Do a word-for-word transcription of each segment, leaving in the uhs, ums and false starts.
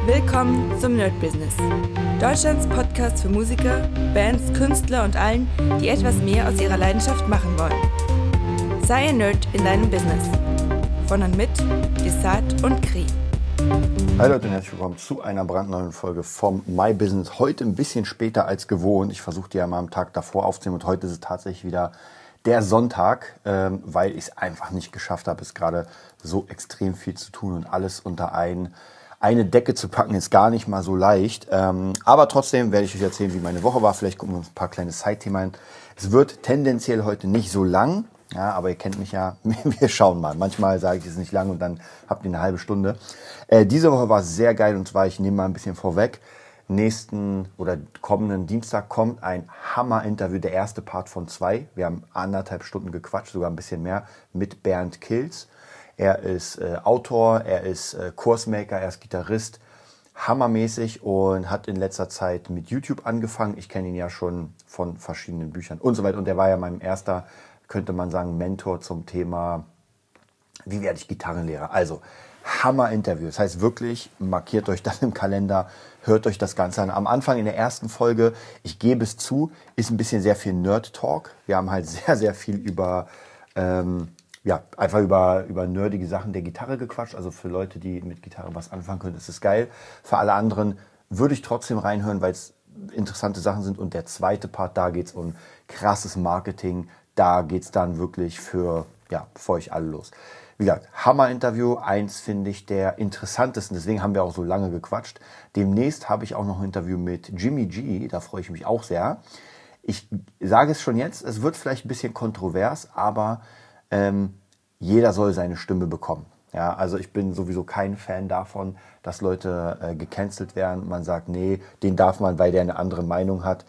Willkommen zum Nerd Business. Deutschlands Podcast für Musiker, Bands, Künstler und allen, die etwas mehr aus ihrer Leidenschaft machen wollen. Sei ein Nerd in deinem Business. Von und mit Desart und Kri. Hi Leute und herzlich willkommen zu einer brandneuen Folge vom My Business. Heute ein bisschen später als gewohnt. Ich versuche die ja mal am Tag davor aufzunehmen und heute ist es tatsächlich wieder der Sonntag, ähm, weil ich es einfach nicht geschafft habe. Es ist gerade so extrem viel zu tun und alles unter ein, eine Decke zu packen ist gar nicht mal so leicht. Ähm, aber trotzdem werde ich euch erzählen, wie meine Woche war. Vielleicht gucken wir uns ein paar kleine Side-Themen an. Es wird tendenziell heute nicht so lang. Ja, aber ihr kennt mich ja, wir schauen mal. Manchmal sage ich es nicht lang und dann habt ihr eine halbe Stunde. Äh, diese Woche war sehr geil und zwar, ich nehme mal ein bisschen vorweg, nächsten oder kommenden Dienstag kommt ein Hammer-Interview, der erste Part von zwei. Wir haben anderthalb Stunden gequatscht, sogar ein bisschen mehr, mit Bernd Kills. Er ist äh, Autor, er ist äh, Kursmaker, er ist Gitarrist, hammermäßig und hat in letzter Zeit mit YouTube angefangen. Ich kenne ihn ja schon von verschiedenen Büchern und so weiter und er war ja mein erster, könnte man sagen, Mentor zum Thema, wie werde ich Gitarrenlehrer? Also, Hammer-Interview. Das heißt wirklich, markiert euch das im Kalender, hört euch das Ganze an. Am Anfang in der ersten Folge, ich gebe es zu, ist ein bisschen sehr viel Nerd-Talk. Wir haben halt sehr, sehr viel über, ähm, ja, einfach über, über nerdige Sachen der Gitarre gequatscht. Also für Leute, die mit Gitarre was anfangen können, ist es geil. Für alle anderen würde ich trotzdem reinhören, weil es interessante Sachen sind. Und der zweite Part, da geht es um krasses Marketing. Da geht es dann wirklich für, ja, für euch alle los. Wie gesagt, Hammer-Interview, eins finde ich der interessantesten, deswegen haben wir auch so lange gequatscht. Demnächst habe ich auch noch ein Interview mit Jimmy G, da freue ich mich auch sehr. Ich sage es schon jetzt, es wird vielleicht ein bisschen kontrovers, aber ähm, jeder soll seine Stimme bekommen. Ja, also ich bin sowieso kein Fan davon, dass Leute äh, gecancelt werden. Man sagt, nee, den darf man, weil der eine andere Meinung hat.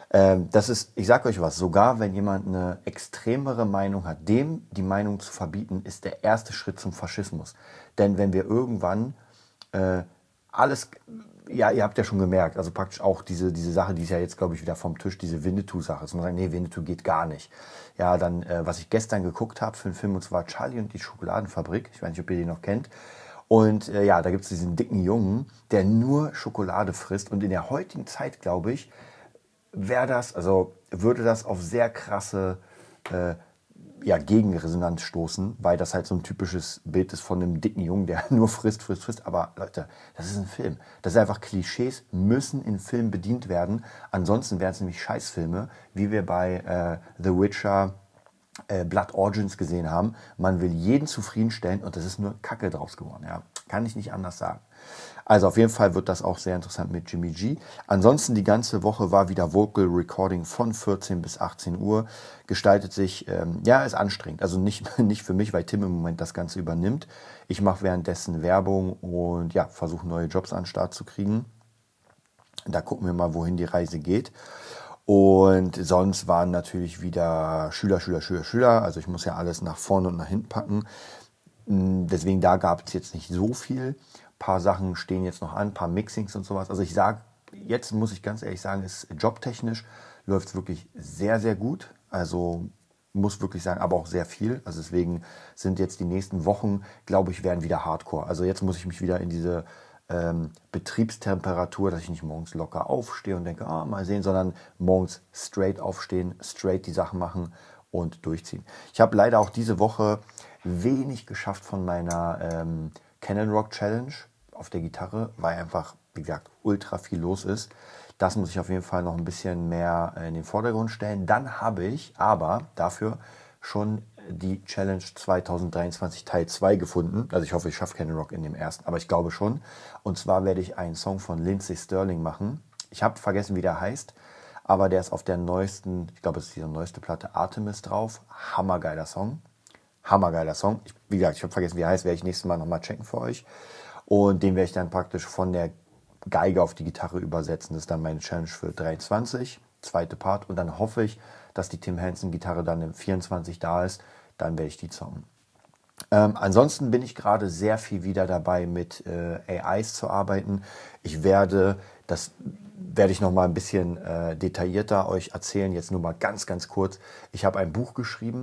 Das ist, ich sage euch was, sogar wenn jemand eine extremere Meinung hat, dem die Meinung zu verbieten, ist der erste Schritt zum Faschismus. Denn wenn wir irgendwann äh, alles, ja, ihr habt ja schon gemerkt, also praktisch auch diese, diese Sache, die ist ja jetzt, glaube ich, wieder vom Tisch, diese Winnetou-Sache. Dass man sagt, nee, Winnetou geht gar nicht. Ja, dann, äh, was ich gestern geguckt habe für einen Film, und zwar Charlie und die Schokoladenfabrik. Ich weiß nicht, ob ihr den noch kennt. Und äh, ja, da gibt es diesen dicken Jungen, der nur Schokolade frisst. Und in der heutigen Zeit, glaube ich, wäre das, also würde das auf sehr krasse äh, ja, Gegenresonanz stoßen, weil das halt so ein typisches Bild ist von einem dicken Jungen, der nur frisst, frisst, frisst. Aber Leute, das ist ein Film. Das ist einfach Klischees, müssen in Filmen bedient werden. Ansonsten wären es nämlich Scheißfilme, wie wir bei äh, The Witcher äh, Blood Origins gesehen haben. Man will jeden zufriedenstellen und das ist nur Kacke draus geworden. Ja. Kann ich nicht anders sagen. Also auf jeden Fall wird das auch sehr interessant mit Jimmy G. Ansonsten die ganze Woche war wieder Vocal Recording von vierzehn bis achtzehn Uhr. Gestaltet sich, ähm, ja, ist anstrengend. Also nicht, nicht für mich, weil Tim im Moment das Ganze übernimmt. Ich mache währenddessen Werbung und ja, versuche neue Jobs an den Start zu kriegen. Da gucken wir mal, wohin die Reise geht. Und sonst waren natürlich wieder Schüler, Schüler, Schüler, Schüler. Also ich muss ja alles nach vorne und nach hinten packen. Deswegen da gab es jetzt nicht so viel. Ein paar Sachen stehen jetzt noch an, ein paar Mixings und sowas. Also ich sage, jetzt muss ich ganz ehrlich sagen, ist jobtechnisch läuft es wirklich sehr, sehr gut. Also muss wirklich sagen, aber auch sehr viel. Also deswegen sind jetzt die nächsten Wochen, glaube ich, werden wieder Hardcore. Also jetzt muss ich mich wieder in diese ähm, Betriebstemperatur, dass ich nicht morgens locker aufstehe und denke, ah, mal sehen, sondern morgens straight aufstehen, straight die Sachen machen und durchziehen. Ich habe leider auch diese Woche wenig geschafft von meiner ähm, Canon Rock Challenge auf der Gitarre, weil einfach, wie gesagt, ultra viel los ist. Das muss ich auf jeden Fall noch ein bisschen mehr in den Vordergrund stellen. Dann habe ich aber dafür schon die Challenge zwanzig dreiundzwanzig Teil zwei gefunden. Also ich hoffe, ich schaffe Canon Rock in dem ersten, aber ich glaube schon. Und zwar werde ich einen Song von Lindsey Sterling machen. Ich habe vergessen, wie der heißt, aber der ist auf der neuesten, ich glaube, es ist die neueste Platte Artemis drauf. Hammergeiler Song. Hammergeiler Song. Ich, wie gesagt, ich habe vergessen, wie er heißt, werde ich nächstes Mal nochmal checken für euch. Und den werde ich dann praktisch von der Geige auf die Gitarre übersetzen. Das ist dann meine Challenge für dreiundzwanzig, zweite Part. Und dann hoffe ich, dass die Tim Henson Gitarre dann im vierundzwanzig da ist. Dann werde ich die zocken. Ähm, ansonsten bin ich gerade sehr viel wieder dabei, mit äh, A Is zu arbeiten. Ich werde, das werde ich nochmal ein bisschen äh, detaillierter euch erzählen. Jetzt nur mal ganz, ganz kurz. Ich habe ein Buch geschrieben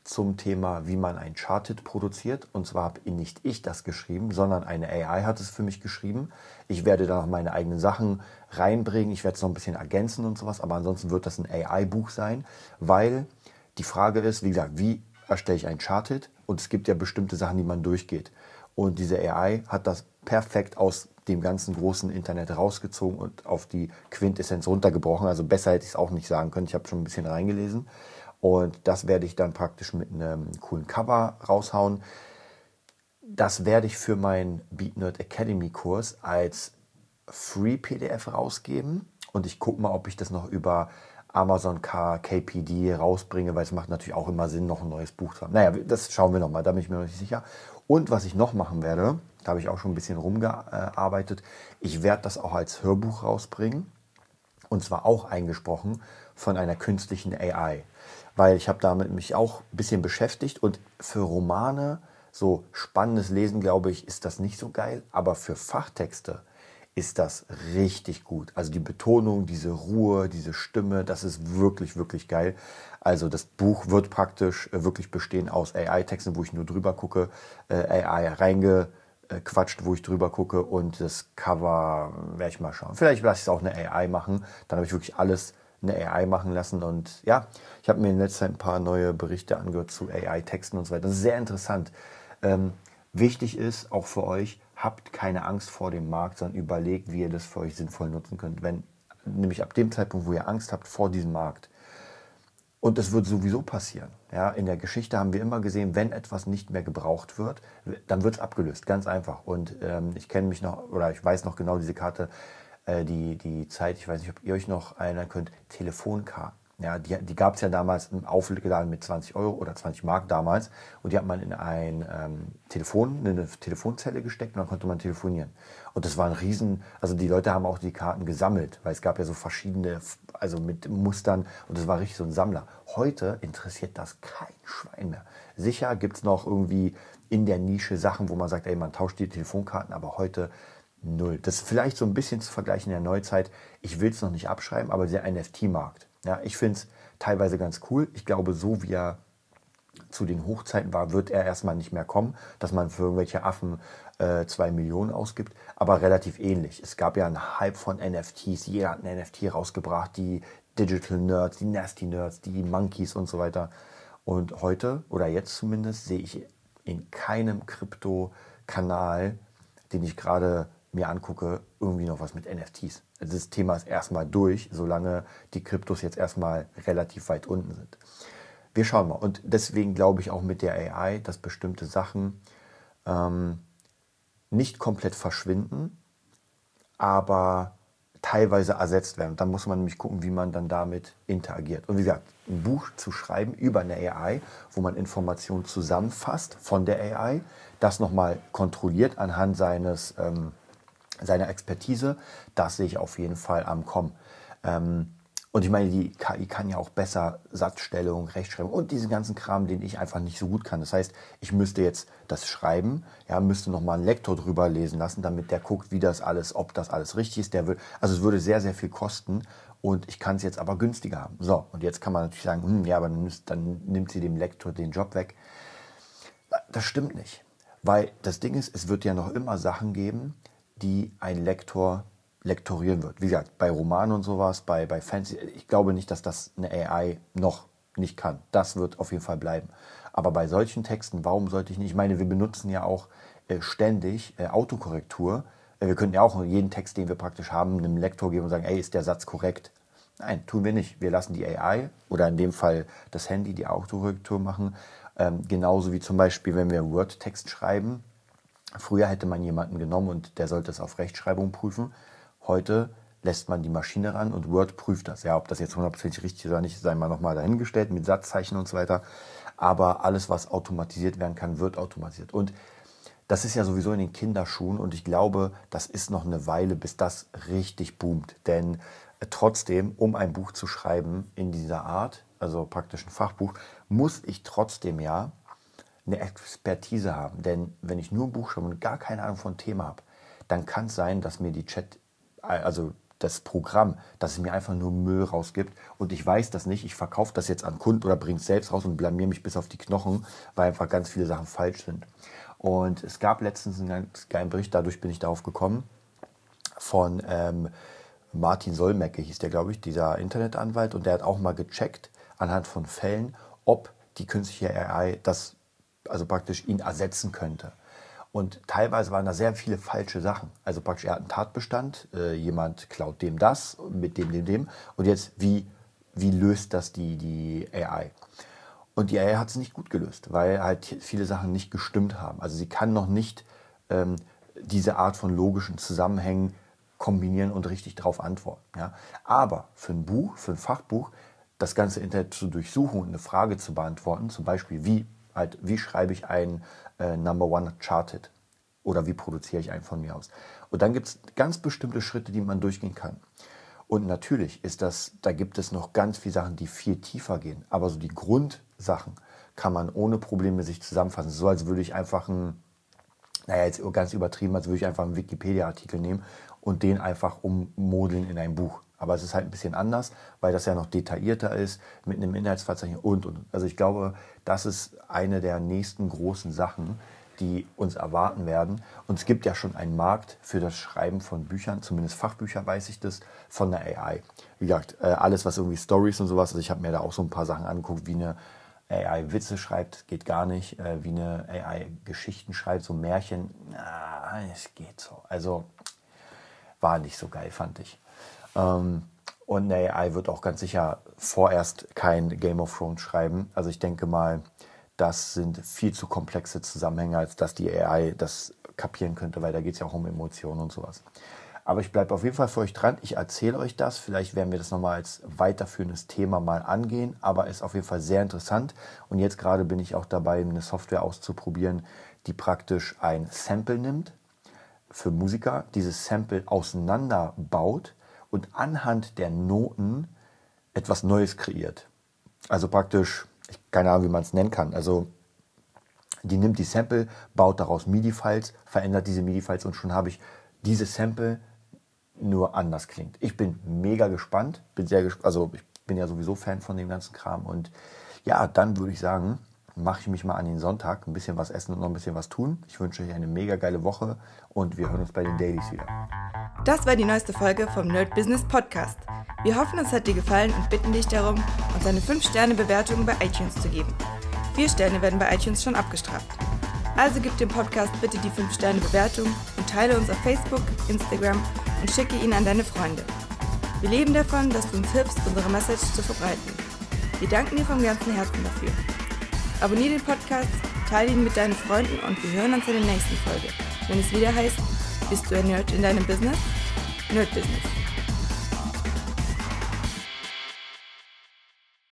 zum Thema, wie man ein Charted produziert. Und zwar habe nicht ich das geschrieben, sondern eine A I hat es für mich geschrieben. Ich werde da noch meine eigenen Sachen reinbringen. Ich werde es noch ein bisschen ergänzen und sowas. Aber ansonsten wird das ein A I-Buch sein, weil die Frage ist, wie gesagt, wie erstelle ich ein Charted? Und es gibt ja bestimmte Sachen, die man durchgeht. Und diese A I hat das perfekt aus dem ganzen großen Internet rausgezogen und auf die Quintessenz runtergebrochen. Also besser hätte ich es auch nicht sagen können. Ich habe schon ein bisschen reingelesen. Und das werde ich dann praktisch mit einem coolen Cover raushauen. Das werde ich für meinen BeatNerd Academy Kurs als Free P D F rausgeben. Und ich gucke mal, ob ich das noch über Amazon K, K P D rausbringe, weil es macht natürlich auch immer Sinn, noch ein neues Buch zu haben. Naja, das schauen wir nochmal, da bin ich mir noch nicht sicher. Und was ich noch machen werde, da habe ich auch schon ein bisschen rumgearbeitet, ich werde das auch als Hörbuch rausbringen. Und zwar auch eingesprochen von einer künstlichen A I. Weil ich habe damit mich auch ein bisschen beschäftigt. Und für Romane, so spannendes Lesen, glaube ich, ist das nicht so geil. Aber für Fachtexte ist das richtig gut. Also die Betonung, diese Ruhe, diese Stimme, das ist wirklich, wirklich geil. Also das Buch wird praktisch wirklich bestehen aus A I-Texten, wo ich nur drüber gucke, äh, A I reingequatscht, wo ich drüber gucke, und das Cover werde ich mal schauen. Vielleicht lasse ich es auch eine A I machen, dann habe ich wirklich alles eine A I machen lassen. Und ja, ich habe mir in letzter Zeit ein paar neue Berichte angehört zu A I-Texten und so weiter. Das ist sehr interessant. Ähm, wichtig ist auch für euch, habt keine Angst vor dem Markt, sondern überlegt, wie ihr das für euch sinnvoll nutzen könnt. Wenn, nämlich ab dem Zeitpunkt, wo ihr Angst habt vor diesem Markt. Und das wird sowieso passieren. Ja, in der Geschichte haben wir immer gesehen, wenn etwas nicht mehr gebraucht wird, dann wird es abgelöst. Ganz einfach. Und ähm, ich kenne mich noch, oder ich weiß noch genau diese Karte, äh, die, die Zeit, ich weiß nicht, ob ihr euch noch erinnern könnt, Telefonkarten. Ja, die die gab es ja damals im Aufladen mit zwanzig Euro oder zwanzig Mark damals. Und die hat man in ein ähm, Telefon, in eine Telefonzelle gesteckt, und dann konnte man telefonieren. Und das war ein Riesen, also die Leute haben auch die Karten gesammelt, weil es gab ja so verschiedene, also mit Mustern, und das war richtig so ein Sammler. Heute interessiert das kein Schwein mehr. Sicher gibt es noch irgendwie in der Nische Sachen, wo man sagt, ey, man tauscht die Telefonkarten, aber heute null. Das ist vielleicht so ein bisschen zu vergleichen in der Neuzeit. Ich will es noch nicht abschreiben, aber der N F T-Markt. Ja, ich finde es teilweise ganz cool. Ich glaube, so wie er zu den Hochzeiten war, wird er erstmal nicht mehr kommen, dass man für irgendwelche Affen äh, zwei Millionen ausgibt, aber relativ ähnlich. Es gab ja einen Hype von N F Ts, jeder hat einen N F T rausgebracht, die Digital Nerds, die Nasty Nerds, die Monkeys und so weiter. Und heute, oder jetzt zumindest, sehe ich in keinem Krypto-Kanal, den ich gerade mir angucke, irgendwie noch was mit N F Ts. Also das Thema ist erstmal durch, solange die Kryptos jetzt erstmal relativ weit unten sind. Wir schauen mal. Und deswegen glaube ich auch mit der A I, dass bestimmte Sachen ähm, nicht komplett verschwinden, aber teilweise ersetzt werden. Und dann muss man nämlich gucken, wie man dann damit interagiert. Und wie gesagt, ein Buch zu schreiben über eine A I, wo man Informationen zusammenfasst von der A I, das nochmal kontrolliert anhand seines, ähm, seiner Expertise, das sehe ich auf jeden Fall am Kommen. Ähm, Und ich meine, die K I kann ja auch besser Satzstellung, Rechtschreibung und diesen ganzen Kram, den ich einfach nicht so gut kann. Das heißt, ich müsste jetzt das schreiben, ja, müsste nochmal einen Lektor drüber lesen lassen, damit der guckt, wie das alles, ob das alles richtig ist. Der will, also es würde sehr, sehr viel kosten, und ich kann es jetzt aber günstiger haben. So, und jetzt kann man natürlich sagen, hm, ja, aber dann, müsst, dann nimmt sie dem Lektor den Job weg. Das stimmt nicht, weil das Ding ist, es wird ja noch immer Sachen geben, die ein Lektor lektorieren wird. Wie gesagt, bei Romanen und sowas, bei, bei Fantasy, ich glaube nicht, dass das eine A I noch nicht kann. Das wird auf jeden Fall bleiben. Aber bei solchen Texten, warum sollte ich nicht? Ich meine, wir benutzen ja auch äh, ständig äh, Autokorrektur. Äh, wir könnten ja auch jeden Text, den wir praktisch haben, einem Lektor geben und sagen, ey, ist der Satz korrekt? Nein, tun wir nicht. Wir lassen die A I oder in dem Fall das Handy die Autokorrektur machen. Ähm, genauso wie zum Beispiel, wenn wir einen Word-Text schreiben. Früher hätte man jemanden genommen und der sollte es auf Rechtschreibung prüfen. Heute lässt man die Maschine ran und Word prüft das. Ja, ob das jetzt hundertprozentig richtig ist oder nicht, sei mal nochmal dahingestellt mit Satzzeichen und so weiter. Aber alles, was automatisiert werden kann, wird automatisiert. Und das ist ja sowieso in den Kinderschuhen, und ich glaube, das ist noch eine Weile, bis das richtig boomt. Denn äh, trotzdem, um ein Buch zu schreiben in dieser Art, also praktisch ein Fachbuch, muss ich trotzdem ja eine Expertise haben. Denn wenn ich nur ein Buch schreibe und gar keine Ahnung von Thema habe, dann kann es sein, dass mir die Chat, also das Programm, dass es mir einfach nur Müll rausgibt und ich weiß das nicht, ich verkaufe das jetzt an Kunden oder bringe es selbst raus und blamier mich bis auf die Knochen, weil einfach ganz viele Sachen falsch sind. Und es gab letztens einen ganz geilen Bericht, dadurch bin ich darauf gekommen, von ähm, Martin Solmecke hieß der, glaube ich, dieser Internetanwalt, und der hat auch mal gecheckt anhand von Fällen, ob die künstliche A I das, also praktisch ihn ersetzen könnte. Und teilweise waren da sehr viele falsche Sachen. Also praktisch, er hat einen Tatbestand, äh, jemand klaut dem das, mit dem, dem, dem. Und jetzt, wie, wie löst das die, die A I? Und die A I hat es nicht gut gelöst, weil halt viele Sachen nicht gestimmt haben. Also sie kann noch nicht ähm, diese Art von logischen Zusammenhängen kombinieren und richtig darauf antworten. Ja? Aber für ein Buch, für ein Fachbuch, das ganze Internet zu durchsuchen und eine Frage zu beantworten, zum Beispiel, wie, halt, wie schreibe ich ein äh, Number One Charted oder wie produziere ich einen von mir aus. Und dann gibt es ganz bestimmte Schritte, die man durchgehen kann. Und natürlich ist das, da gibt es noch ganz viele Sachen, die viel tiefer gehen. Aber so die Grundsachen kann man ohne Probleme sich zusammenfassen. So als würde ich einfach ein, naja, jetzt ganz übertrieben, als würde ich einfach einen Wikipedia-Artikel nehmen und den einfach ummodeln in ein Buch. Aber es ist halt ein bisschen anders, weil das ja noch detaillierter ist, mit einem Inhaltsverzeichnis und, und. Also ich glaube, das ist eine der nächsten großen Sachen, die uns erwarten werden. Und es gibt ja schon einen Markt für das Schreiben von Büchern, zumindest Fachbücher weiß ich das, von der A I. Wie gesagt, alles was irgendwie Stories und sowas, also ich habe mir da auch so ein paar Sachen angeguckt, wie eine A I Witze schreibt, geht gar nicht, wie eine A I Geschichten schreibt, so Märchen, na, es geht so. Also war nicht so geil, fand ich. Und eine A I wird auch ganz sicher vorerst kein Game of Thrones schreiben. Also ich denke mal, das sind viel zu komplexe Zusammenhänge, als dass die A I das kapieren könnte, weil da geht es ja auch um Emotionen und sowas. Aber ich bleibe auf jeden Fall für euch dran. Ich erzähle euch das. Vielleicht werden wir das nochmal als weiterführendes Thema mal angehen. Aber ist auf jeden Fall sehr interessant. Und jetzt gerade bin ich auch dabei, eine Software auszuprobieren, die praktisch ein Sample nimmt für Musiker, dieses Sample auseinanderbaut und anhand der Noten etwas Neues kreiert. Also praktisch, ich, keine Ahnung, wie man es nennen kann. Also die nimmt die Sample, baut daraus MIDI-Files, verändert diese MIDI-Files und schon habe ich dieses Sample nur anders klingt. Ich bin mega gespannt, bin sehr gespannt, also ich bin ja sowieso Fan von dem ganzen Kram und ja, dann würde ich sagen, mache ich mich mal an den Sonntag, ein bisschen was essen und noch ein bisschen was tun. Ich wünsche euch eine mega geile Woche und wir hören uns bei den Dailies wieder. Das war die neueste Folge vom Nerd Business Podcast. Wir hoffen, es hat dir gefallen und bitten dich darum, uns eine fünf Sterne Bewertung bei iTunes zu geben. vier Sterne werden bei iTunes schon abgestraft. Also gib dem Podcast bitte die fünf Sterne Bewertung und teile uns auf Facebook, Instagram und schicke ihn an deine Freunde. Wir leben davon, dass du uns hilfst, unsere Message zu verbreiten. Wir danken dir vom ganzen Herzen dafür. Abonniere den Podcast, teile ihn mit deinen Freunden und wir hören uns in der nächsten Folge, wenn es wieder heißt, bist du ein Nerd in deinem Business? Nerd Business.